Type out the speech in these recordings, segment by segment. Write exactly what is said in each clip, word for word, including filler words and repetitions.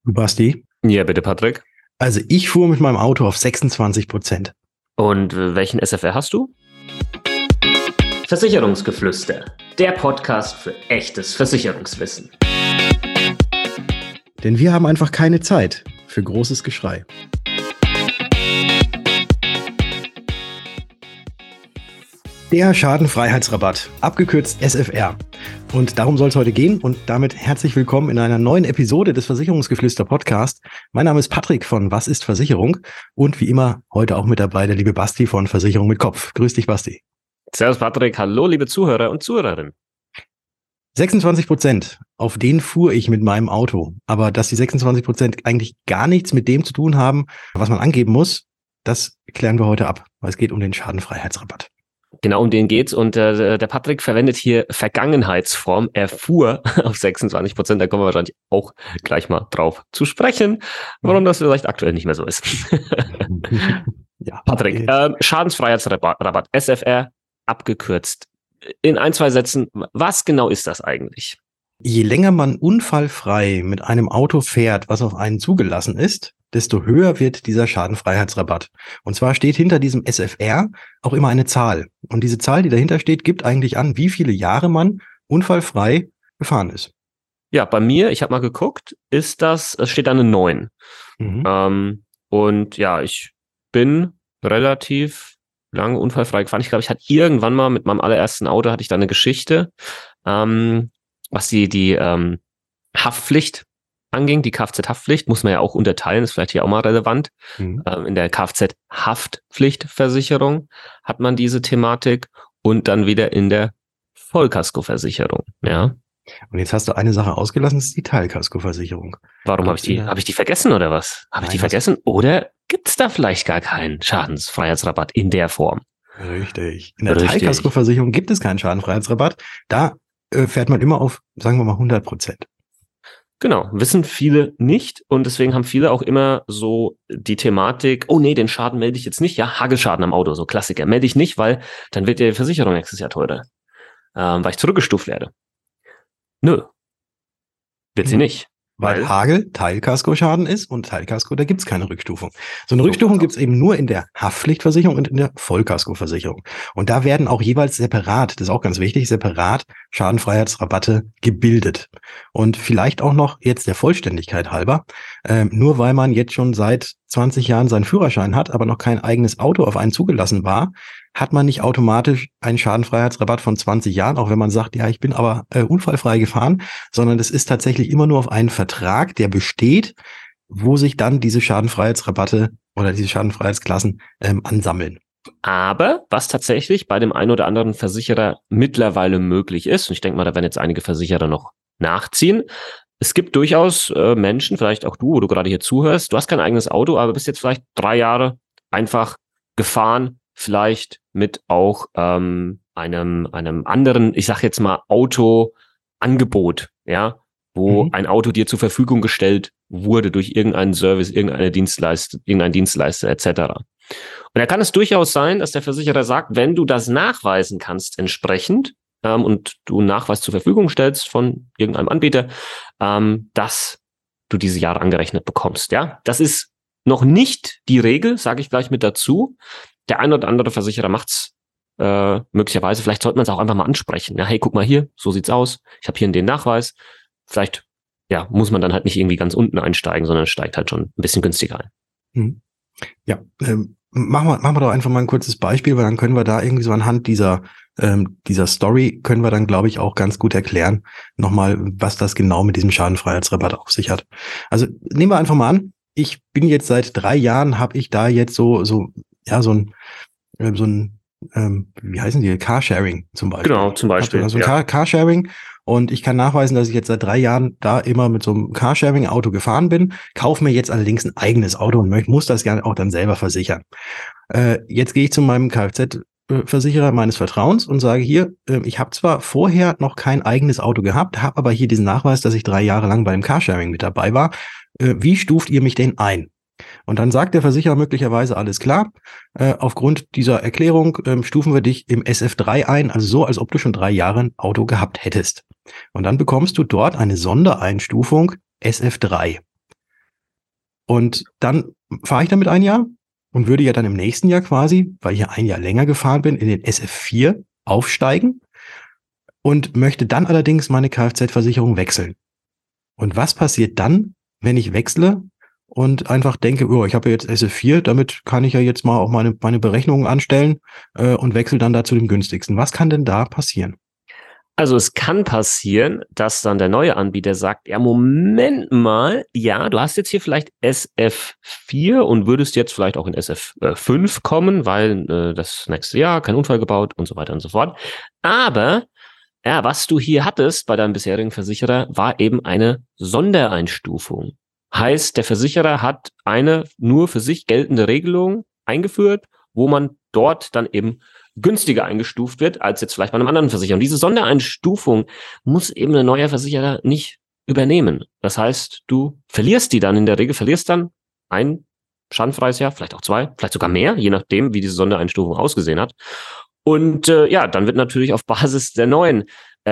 Basti? Ja, bitte, Patrick. Also ich fuhr mit meinem Auto auf sechsundzwanzig Prozent. Und welchen S F R hast du? Versicherungsgeflüster, der Podcast für echtes Versicherungswissen. Denn wir haben einfach keine Zeit für großes Geschrei. Der Schadenfreiheitsrabatt, abgekürzt S F R. Und darum soll es heute gehen und damit herzlich willkommen in einer neuen Episode des Versicherungsgeflüster Podcast. Mein Name ist Patrick von Was ist Versicherung und wie immer heute auch mit dabei der liebe Basti von Versicherung mit Kopf. Grüß dich, Basti. Servus, Patrick. Hallo, liebe Zuhörer und Zuhörerinnen. sechsundzwanzig Prozent, auf den fuhr ich mit meinem Auto. Aber dass die sechsundzwanzig Prozent eigentlich gar nichts mit dem zu tun haben, was man angeben muss, das klären wir heute ab, weil es geht um den Schadenfreiheitsrabatt. Genau, um den geht's. Und äh, der Patrick verwendet hier Vergangenheitsform. Er fuhr auf sechsundzwanzig Prozent. Da kommen wir wahrscheinlich auch gleich mal drauf zu sprechen, warum das vielleicht aktuell nicht mehr so ist. Ja, Patrick, äh, Schadensfreiheitsrabatt, S F R, abgekürzt. In ein, zwei Sätzen, was genau ist das eigentlich? Je länger man unfallfrei mit einem Auto fährt, was auf einen zugelassen ist, desto höher wird dieser Schadenfreiheitsrabatt. Und zwar steht hinter diesem S F R auch immer eine Zahl. Und diese Zahl, die dahinter steht, gibt eigentlich an, wie viele Jahre man unfallfrei gefahren ist. Ja, bei mir, ich habe mal geguckt, ist das, es steht da eine neun. Mhm. Ähm, und ja, ich bin relativ lange unfallfrei gefahren. Ich glaube, ich hatte irgendwann mal mit meinem allerersten Auto, hatte ich da eine Geschichte, ähm, was die, die ähm, Haftpflicht anging, die Kfz-Haftpflicht, muss man ja auch unterteilen, ist vielleicht hier auch mal relevant. Mhm. Ähm, in der Kfz-Haftpflichtversicherung hat man diese Thematik und dann wieder in der Vollkaskoversicherung, ja. Und jetzt hast du eine Sache ausgelassen, das ist die Teilkaskoversicherung. Warum habe ich die, habe ich die vergessen oder was? Habe ich die vergessen? Oder gibt es da vielleicht gar keinen Schadensfreiheitsrabatt in der Form? Richtig. In der Richtig. Teilkaskoversicherung gibt es keinen Schadenfreiheitsrabatt. Da äh, fährt man immer auf, sagen wir mal, hundert Prozent. Genau, wissen viele nicht und deswegen haben viele auch immer so die Thematik, oh nee, den Schaden melde ich jetzt nicht, ja, Hagelschaden am Auto, so Klassiker, melde ich nicht, weil dann wird die Versicherung nächstes Jahr teurer, ähm, weil ich zurückgestuft werde. Nö, wird sie nicht. Weil, weil Hagel Teilkaskoschaden ist und Teilkasko, da gibt's keine Rückstufung. So eine Rückstufung gibt's eben nur in der Haftpflichtversicherung und in der Vollkaskoversicherung. Und da werden auch jeweils separat, das ist auch ganz wichtig, separat Schadenfreiheitsrabatte gebildet. Und vielleicht auch noch jetzt der Vollständigkeit halber, äh, nur weil man jetzt schon seit zwanzig Jahren seinen Führerschein hat, aber noch kein eigenes Auto auf einen zugelassen war, hat man nicht automatisch einen Schadenfreiheitsrabatt von zwanzig Jahren, auch wenn man sagt, ja, ich bin aber äh, unfallfrei gefahren, sondern das ist tatsächlich immer nur auf einen Vertrag, der besteht, wo sich dann diese Schadenfreiheitsrabatte oder diese Schadenfreiheitsklassen ähm, ansammeln. Aber was tatsächlich bei dem einen oder anderen Versicherer mittlerweile möglich ist, und ich denke mal, da werden jetzt einige Versicherer noch nachziehen, es gibt durchaus äh, Menschen, vielleicht auch du, wo du gerade hier zuhörst, du hast kein eigenes Auto, aber bist jetzt vielleicht drei Jahre einfach gefahren, vielleicht mit auch ähm, einem einem anderen, ich sag jetzt mal, Autoangebot, ja, wo mhm. ein Auto dir zur Verfügung gestellt wurde durch irgendeinen Service, irgendeine Dienstleister, irgendein Dienstleister et cetera. Und da kann es durchaus sein, dass der Versicherer sagt, wenn du das nachweisen kannst entsprechend ähm, und du einen Nachweis zur Verfügung stellst von irgendeinem Anbieter, ähm, dass du diese Jahre angerechnet bekommst. Ja, das ist noch nicht die Regel, sage ich gleich mit dazu. Der ein oder andere Versicherer macht's äh, möglicherweise. Vielleicht sollte man es auch einfach mal ansprechen. Ja, hey, guck mal hier, so sieht's aus. Ich habe hier den Nachweis. Vielleicht ja, muss man dann halt nicht irgendwie ganz unten einsteigen, sondern steigt halt schon ein bisschen günstiger ein. Hm. Ja, ähm, machen wir, machen wir doch einfach mal ein kurzes Beispiel, weil dann können wir da irgendwie so anhand dieser ähm, dieser Story können wir dann, glaube ich, auch ganz gut erklären, nochmal, was das genau mit diesem Schadenfreiheitsrabatt auf sich hat. Also nehmen wir einfach mal an, ich bin jetzt seit drei Jahren, habe ich da jetzt so so ja, so ein, äh, so ein, ähm, wie heißen die, Carsharing zum Beispiel. Genau, zum Beispiel. Also ein ja. Car- Carsharing und ich kann nachweisen, dass ich jetzt seit drei Jahren da immer mit so einem Carsharing-Auto gefahren bin, kaufe mir jetzt allerdings ein eigenes Auto und möchte, muss das gerne auch dann selber versichern. Äh, jetzt gehe ich zu meinem Kfz-Versicherer meines Vertrauens und sage hier, äh, ich habe zwar vorher noch kein eigenes Auto gehabt, habe aber hier diesen Nachweis, dass ich drei Jahre lang bei dem Carsharing mit dabei war. Äh, wie stuft ihr mich denn ein? Und dann sagt der Versicherer möglicherweise, alles klar, äh, aufgrund dieser Erklärung äh, stufen wir dich im S F drei ein, also so, als ob du schon drei Jahre ein Auto gehabt hättest. Und dann bekommst du dort eine Sondereinstufung S F drei. Und dann fahre ich damit ein Jahr und würde ja dann im nächsten Jahr quasi, weil ich ja ein Jahr länger gefahren bin, in den S F vier aufsteigen und möchte dann allerdings meine Kfz-Versicherung wechseln. Und was passiert dann, wenn ich wechsle und einfach denke, oh, ich habe ja jetzt S F vier, damit kann ich ja jetzt mal auch meine, meine Berechnungen anstellen äh, und wechsle dann da zu dem günstigsten. Was kann denn da passieren? Also es kann passieren, dass dann der neue Anbieter sagt, ja, Moment mal, ja, du hast jetzt hier vielleicht S F vier und würdest jetzt vielleicht auch in S F fünf kommen, weil äh, das nächste Jahr kein Unfall gebaut und so weiter und so fort. Aber ja, was du hier hattest bei deinem bisherigen Versicherer, war eben eine Sondereinstufung. Heißt, der Versicherer hat eine nur für sich geltende Regelung eingeführt, wo man dort dann eben günstiger eingestuft wird, als jetzt vielleicht bei einem anderen Versicherer. Und diese Sondereinstufung muss eben ein neuer Versicherer nicht übernehmen. Das heißt, du verlierst die dann in der Regel, verlierst dann ein schadenfreies Jahr, vielleicht auch zwei, vielleicht sogar mehr, je nachdem, wie diese Sondereinstufung ausgesehen hat. Und äh, ja, dann wird natürlich auf Basis der neuen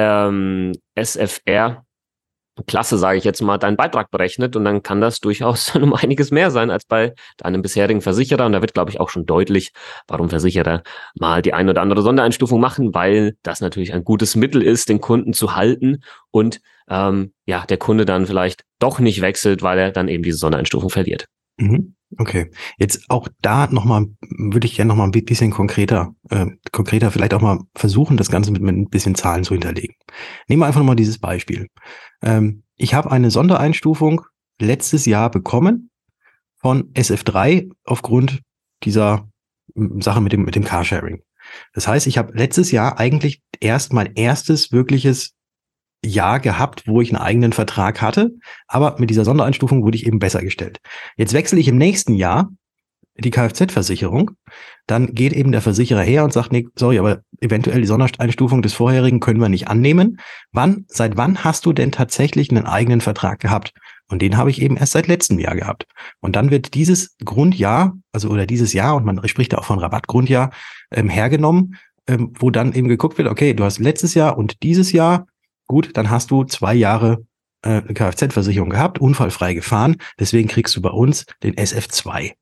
ähm, S F R Klasse, sage ich jetzt mal, dein Beitrag berechnet und dann kann das durchaus um einiges mehr sein als bei deinem bisherigen Versicherer und da wird, glaube ich, auch schon deutlich, warum Versicherer mal die ein oder andere Sondereinstufung machen, weil das natürlich ein gutes Mittel ist, den Kunden zu halten und ähm, ja, der Kunde dann vielleicht doch nicht wechselt, weil er dann eben diese Sondereinstufung verliert. Mhm. Okay, jetzt auch da nochmal, würde ich gerne nochmal ein bisschen konkreter, äh, konkreter vielleicht auch mal versuchen, das Ganze mit, mit ein bisschen Zahlen zu hinterlegen. Nehmen wir einfach nochmal dieses Beispiel. Ähm, ich habe eine Sondereinstufung letztes Jahr bekommen von S F drei aufgrund dieser Sache mit dem, mit dem Carsharing. Das heißt, ich habe letztes Jahr eigentlich erst mein erstes wirkliches Jahr gehabt, wo ich einen eigenen Vertrag hatte, aber mit dieser Sondereinstufung wurde ich eben besser gestellt. Jetzt wechsle ich im nächsten Jahr die Kfz-Versicherung, dann geht eben der Versicherer her und sagt, nee, sorry, aber eventuell die Sondereinstufung des vorherigen können wir nicht annehmen. Wann, seit wann hast du denn tatsächlich einen eigenen Vertrag gehabt? Und den habe ich eben erst seit letztem Jahr gehabt. Und dann wird dieses Grundjahr, also oder dieses Jahr, und man spricht da auch von Rabattgrundjahr, ähm, hergenommen, ähm, wo dann eben geguckt wird, okay, du hast letztes Jahr und dieses Jahr, gut, dann hast du zwei Jahre äh, eine Kfz-Versicherung gehabt, unfallfrei gefahren, deswegen kriegst du bei uns den S F zwei.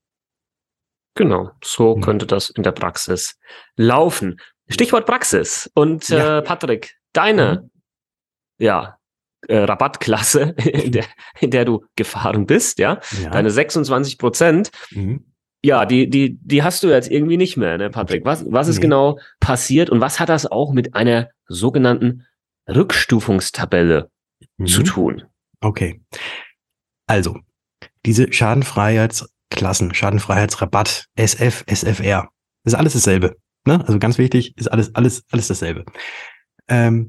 Genau, so Hm. könnte das in der Praxis laufen. Stichwort Praxis. Und Ja. äh, Patrick, deine Mhm. ja, äh, Rabattklasse, in der, in der du gefahren bist, ja, Ja. deine sechsundzwanzig Prozent, Mhm. ja, die, die, die hast du jetzt irgendwie nicht mehr, ne, Patrick? Was, was ist Nee. genau passiert und was hat das auch mit einer sogenannten Rückstufungstabelle Mhm. zu tun? Okay. Also, diese Schadenfreiheitsklassen, Schadenfreiheitsrabatt, S F, S F R, ist alles dasselbe. Ne? Also ganz wichtig, ist alles, alles, alles dasselbe. Ähm,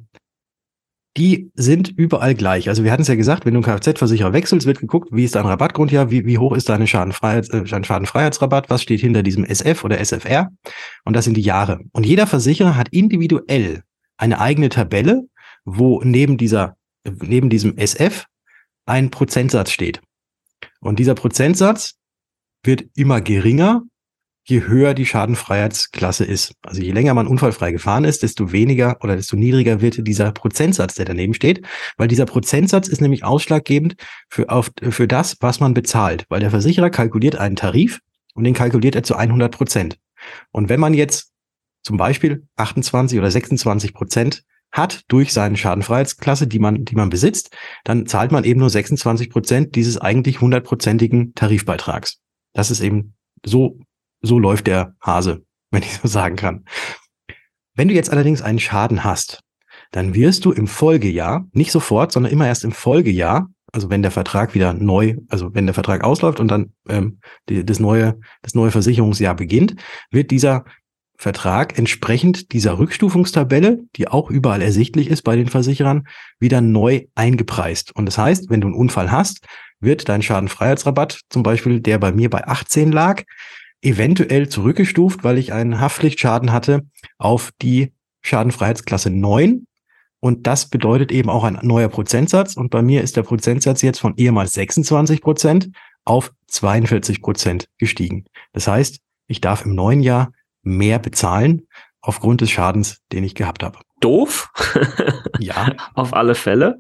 die sind überall gleich. Also wir hatten es ja gesagt, wenn du einen Kfz-Versicherer wechselst, wird geguckt, wie ist dein Rabattgrundjahr, wie, wie hoch ist deine Schadenfreiheits, äh, Schadenfreiheitsrabatt, was steht hinter diesem S F oder S F R, und das sind die Jahre. Und jeder Versicherer hat individuell eine eigene Tabelle, wo neben dieser, neben diesem S F ein Prozentsatz steht. Und dieser Prozentsatz wird immer geringer, je höher die Schadenfreiheitsklasse ist. Also je länger man unfallfrei gefahren ist, desto weniger oder desto niedriger wird dieser Prozentsatz, der daneben steht, weil dieser Prozentsatz ist nämlich ausschlaggebend für, auf, für das, was man bezahlt, weil der Versicherer kalkuliert einen Tarif und den kalkuliert er zu hundert Prozent. Und wenn man jetzt zum Beispiel achtundzwanzig oder sechsundzwanzig Prozent hat durch seine Schadenfreiheitsklasse, die man, die man besitzt, dann zahlt man eben nur sechsundzwanzig Prozent dieses eigentlich hundertprozentigen Tarifbeitrags. Das ist eben so, so läuft der Hase, wenn ich so sagen kann. Wenn du jetzt allerdings einen Schaden hast, dann wirst du im Folgejahr, nicht sofort, sondern immer erst im Folgejahr, also wenn der Vertrag wieder neu, also wenn der Vertrag ausläuft und dann ähm, die, das neue, das neue Versicherungsjahr beginnt, wird dieser Vertrag entsprechend dieser Rückstufungstabelle, die auch überall ersichtlich ist bei den Versicherern, wieder neu eingepreist. Und das heißt, wenn du einen Unfall hast, wird dein Schadenfreiheitsrabatt, zum Beispiel der bei mir bei achtzehn lag, eventuell zurückgestuft, weil ich einen Haftpflichtschaden hatte, auf die Schadenfreiheitsklasse neun. Und das bedeutet eben auch ein neuer Prozentsatz. Und bei mir ist der Prozentsatz jetzt von ehemals sechsundzwanzig Prozent auf zweiundvierzig Prozent gestiegen. Das heißt, ich darf im neuen Jahr mehr bezahlen aufgrund des Schadens, den ich gehabt habe. Doof. Ja. Auf alle Fälle.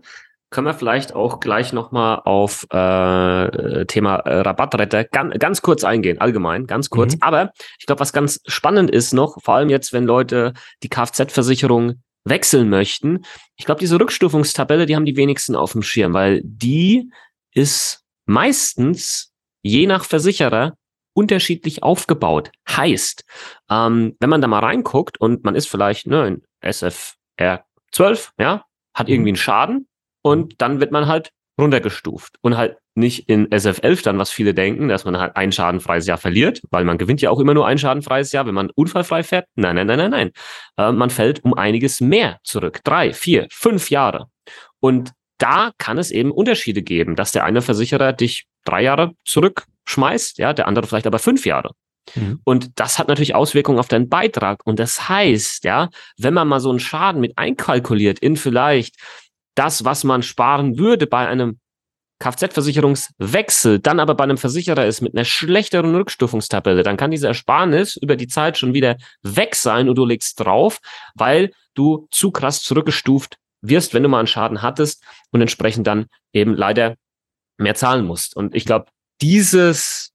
können wir vielleicht auch gleich nochmal auf äh, Thema äh, Rabattretter ganz, ganz kurz eingehen, allgemein, ganz kurz. Mhm. Aber ich glaube, was ganz spannend ist noch, vor allem jetzt, wenn Leute die Kfz-Versicherung wechseln möchten, ich glaube, diese Rückstufungstabelle, die haben die wenigsten auf dem Schirm, weil die ist meistens je nach Versicherer unterschiedlich aufgebaut. Heißt, ähm, wenn man da mal reinguckt und man ist vielleicht ne, in S F R zwölf, ja, hat irgendwie einen Schaden, und dann wird man halt runtergestuft und halt nicht in S F elf dann, was viele denken, dass man halt ein schadenfreies Jahr verliert, weil man gewinnt ja auch immer nur ein schadenfreies Jahr, wenn man unfallfrei fährt. Nein, nein, nein, nein, nein. Äh, man fällt um einiges mehr zurück. Drei, vier, fünf Jahre. Und da kann es eben Unterschiede geben, dass der eine Versicherer dich drei Jahre zurückschmeißt, ja, der andere vielleicht aber fünf Jahre. Mhm. Und das hat natürlich Auswirkungen auf deinen Beitrag. Und das heißt, ja, wenn man mal so einen Schaden mit einkalkuliert in vielleicht das, was man sparen würde bei einem Kfz-Versicherungswechsel, dann aber bei einem Versicherer ist mit einer schlechteren Rückstufungstabelle, dann kann diese Ersparnis über die Zeit schon wieder weg sein und du legst drauf, weil du zu krass zurückgestuft wirst, wenn du mal einen Schaden hattest und entsprechend dann eben leider mehr zahlen musst. Und ich glaube, dieses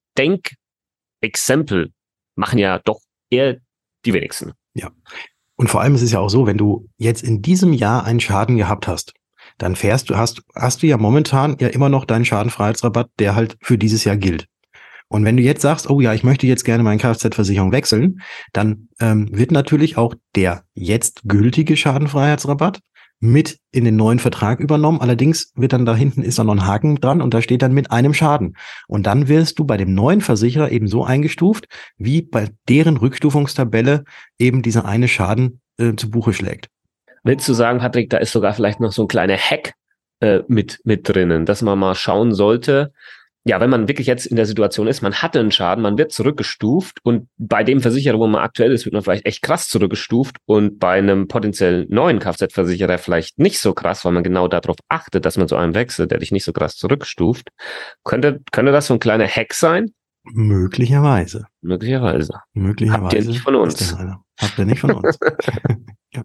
Denkexempel machen ja doch eher die wenigsten. Ja. Und vor allem ist es ja auch so, wenn du jetzt in diesem Jahr einen Schaden gehabt hast, dann fährst du, hast, hast du ja momentan ja immer noch deinen Schadenfreiheitsrabatt, der halt für dieses Jahr gilt. Und wenn du jetzt sagst, oh ja, ich möchte jetzt gerne meine Kfz-Versicherung wechseln, dann ähm, wird natürlich auch der jetzt gültige Schadenfreiheitsrabatt mit in den neuen Vertrag übernommen. Allerdings wird dann da hinten ist dann noch ein Haken dran und da steht dann mit einem Schaden. Und dann wirst du bei dem neuen Versicherer eben so eingestuft, wie bei deren Rückstufungstabelle eben dieser eine Schaden äh, zu Buche schlägt. Willst du sagen, Patrick, da ist sogar vielleicht noch so ein kleiner Hack äh, mit, mit drinnen, dass man mal schauen sollte, ja, wenn man wirklich jetzt in der Situation ist, man hatte einen Schaden, man wird zurückgestuft und bei dem Versicherer, wo man aktuell ist, wird man vielleicht echt krass zurückgestuft und bei einem potenziell neuen Kfz-Versicherer vielleicht nicht so krass, weil man genau darauf achtet, dass man zu einem wechselt, der dich nicht so krass zurückstuft. Könnte, könnte das so ein kleiner Hack sein? Möglicherweise. Möglicherweise. Möglicherweise. Habt ihr nicht von uns. Habt ihr nicht von uns. Ja.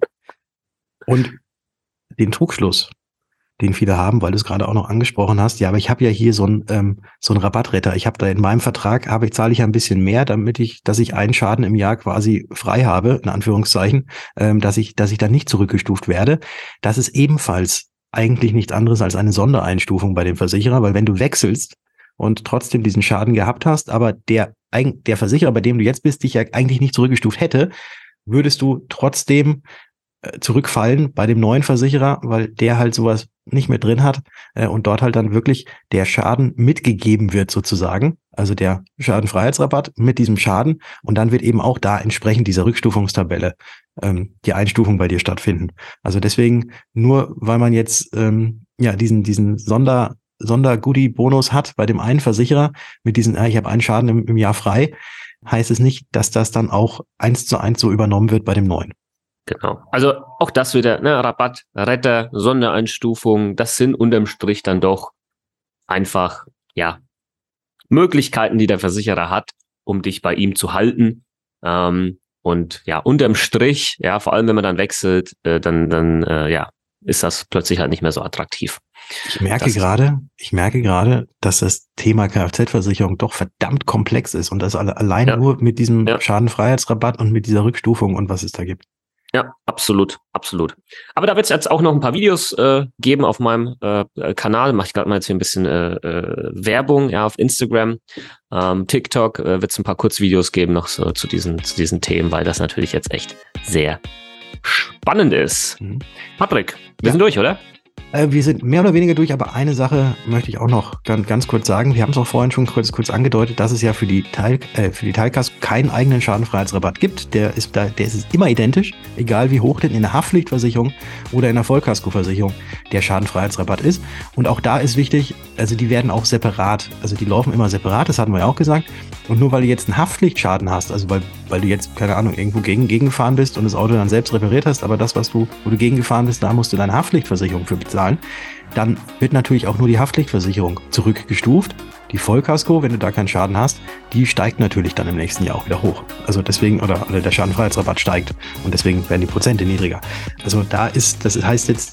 Und den Trugschluss, den viele haben, weil du es gerade auch noch angesprochen hast, ja, aber ich habe ja hier so einen ähm, so einen Rabattretter. Ich habe da in meinem Vertrag, habe ich zahle ich ja ein bisschen mehr, damit ich, dass ich einen Schaden im Jahr quasi frei habe, in Anführungszeichen, ähm, dass ich, dass ich dann nicht zurückgestuft werde. Das ist ebenfalls eigentlich nichts anderes als eine Sondereinstufung bei dem Versicherer, weil wenn du wechselst und trotzdem diesen Schaden gehabt hast, aber der der Versicherer, bei dem du jetzt bist, dich ja eigentlich nicht zurückgestuft hätte, würdest du trotzdem zurückfallen bei dem neuen Versicherer, weil der halt sowas nicht mehr drin hat äh, und dort halt dann wirklich der Schaden mitgegeben wird sozusagen, also der Schadenfreiheitsrabatt mit diesem Schaden und dann wird eben auch da entsprechend dieser Rückstufungstabelle ähm, die Einstufung bei dir stattfinden. Also deswegen, nur weil man jetzt ähm, ja diesen diesen Sonder Sonder-Goodie-Bonus hat bei dem einen Versicherer mit diesen, äh, ich habe einen Schaden im, im Jahr frei, heißt es nicht, dass das dann auch eins zu eins so übernommen wird bei dem neuen. Genau. Also auch das wieder, ne, Rabatt, Retter, Sondereinstufung, das sind unterm Strich dann doch einfach, ja, Möglichkeiten, die der Versicherer hat, um dich bei ihm zu halten. Ähm, und ja, unterm Strich, ja, vor allem wenn man dann wechselt, äh, dann, dann, äh, ja, ist das plötzlich halt nicht mehr so attraktiv. Ich merke gerade, ich merke gerade, dass das Thema Kfz-Versicherung doch verdammt komplex ist und das alle, allein ja. nur mit diesem ja. Schadenfreiheitsrabatt und mit dieser Rückstufung und was es da gibt. Ja, absolut, absolut. Aber da wird es jetzt auch noch ein paar Videos äh, geben auf meinem äh, Kanal. Mache ich gerade mal jetzt hier ein bisschen äh, äh, Werbung, ja, auf Instagram, ähm, TikTok äh, wird es ein paar Kurzvideos geben noch so zu diesen zu diesen Themen, weil das natürlich jetzt echt sehr spannend ist. Mhm. Patrick, wir ja. sind durch, oder? Äh, wir sind mehr oder weniger durch, aber eine Sache möchte ich auch noch ganz, ganz kurz sagen. Wir haben es auch vorhin schon kurz, kurz angedeutet, dass es ja für die Teil, äh, für die Teilkasko keinen eigenen Schadenfreiheitsrabatt gibt. Der ist da, der ist immer identisch, egal wie hoch denn in der Haftpflichtversicherung oder in der Vollkaskoversicherung der Schadenfreiheitsrabatt ist. Und auch da ist wichtig, also die werden auch separat, also die laufen immer separat, das hatten wir ja auch gesagt. Und nur weil du jetzt einen Haftpflichtschaden hast, also weil, weil du jetzt, keine Ahnung, irgendwo gegen, gegengefahren bist und das Auto dann selbst repariert hast, aber das, was du, wo du gegengefahren bist, da musst du deine Haftpflichtversicherung für bezahlen, dann wird natürlich auch nur die Haftpflichtversicherung zurückgestuft. Die Vollkasko, wenn du da keinen Schaden hast, die steigt natürlich dann im nächsten Jahr auch wieder hoch. Also deswegen, oder, oder der Schadenfreiheitsrabatt steigt und deswegen werden die Prozente niedriger. Also da ist, das heißt jetzt,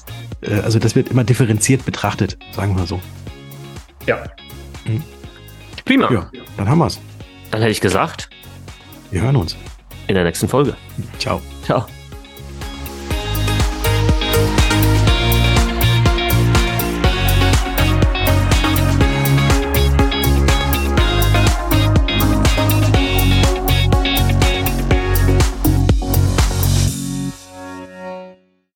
äh, also das wird immer differenziert betrachtet, sagen wir mal so. Ja. Hm. Prima. Ja, dann haben wir's. Dann hätte ich gesagt, wir hören uns. In der nächsten Folge. Ciao. Ciao.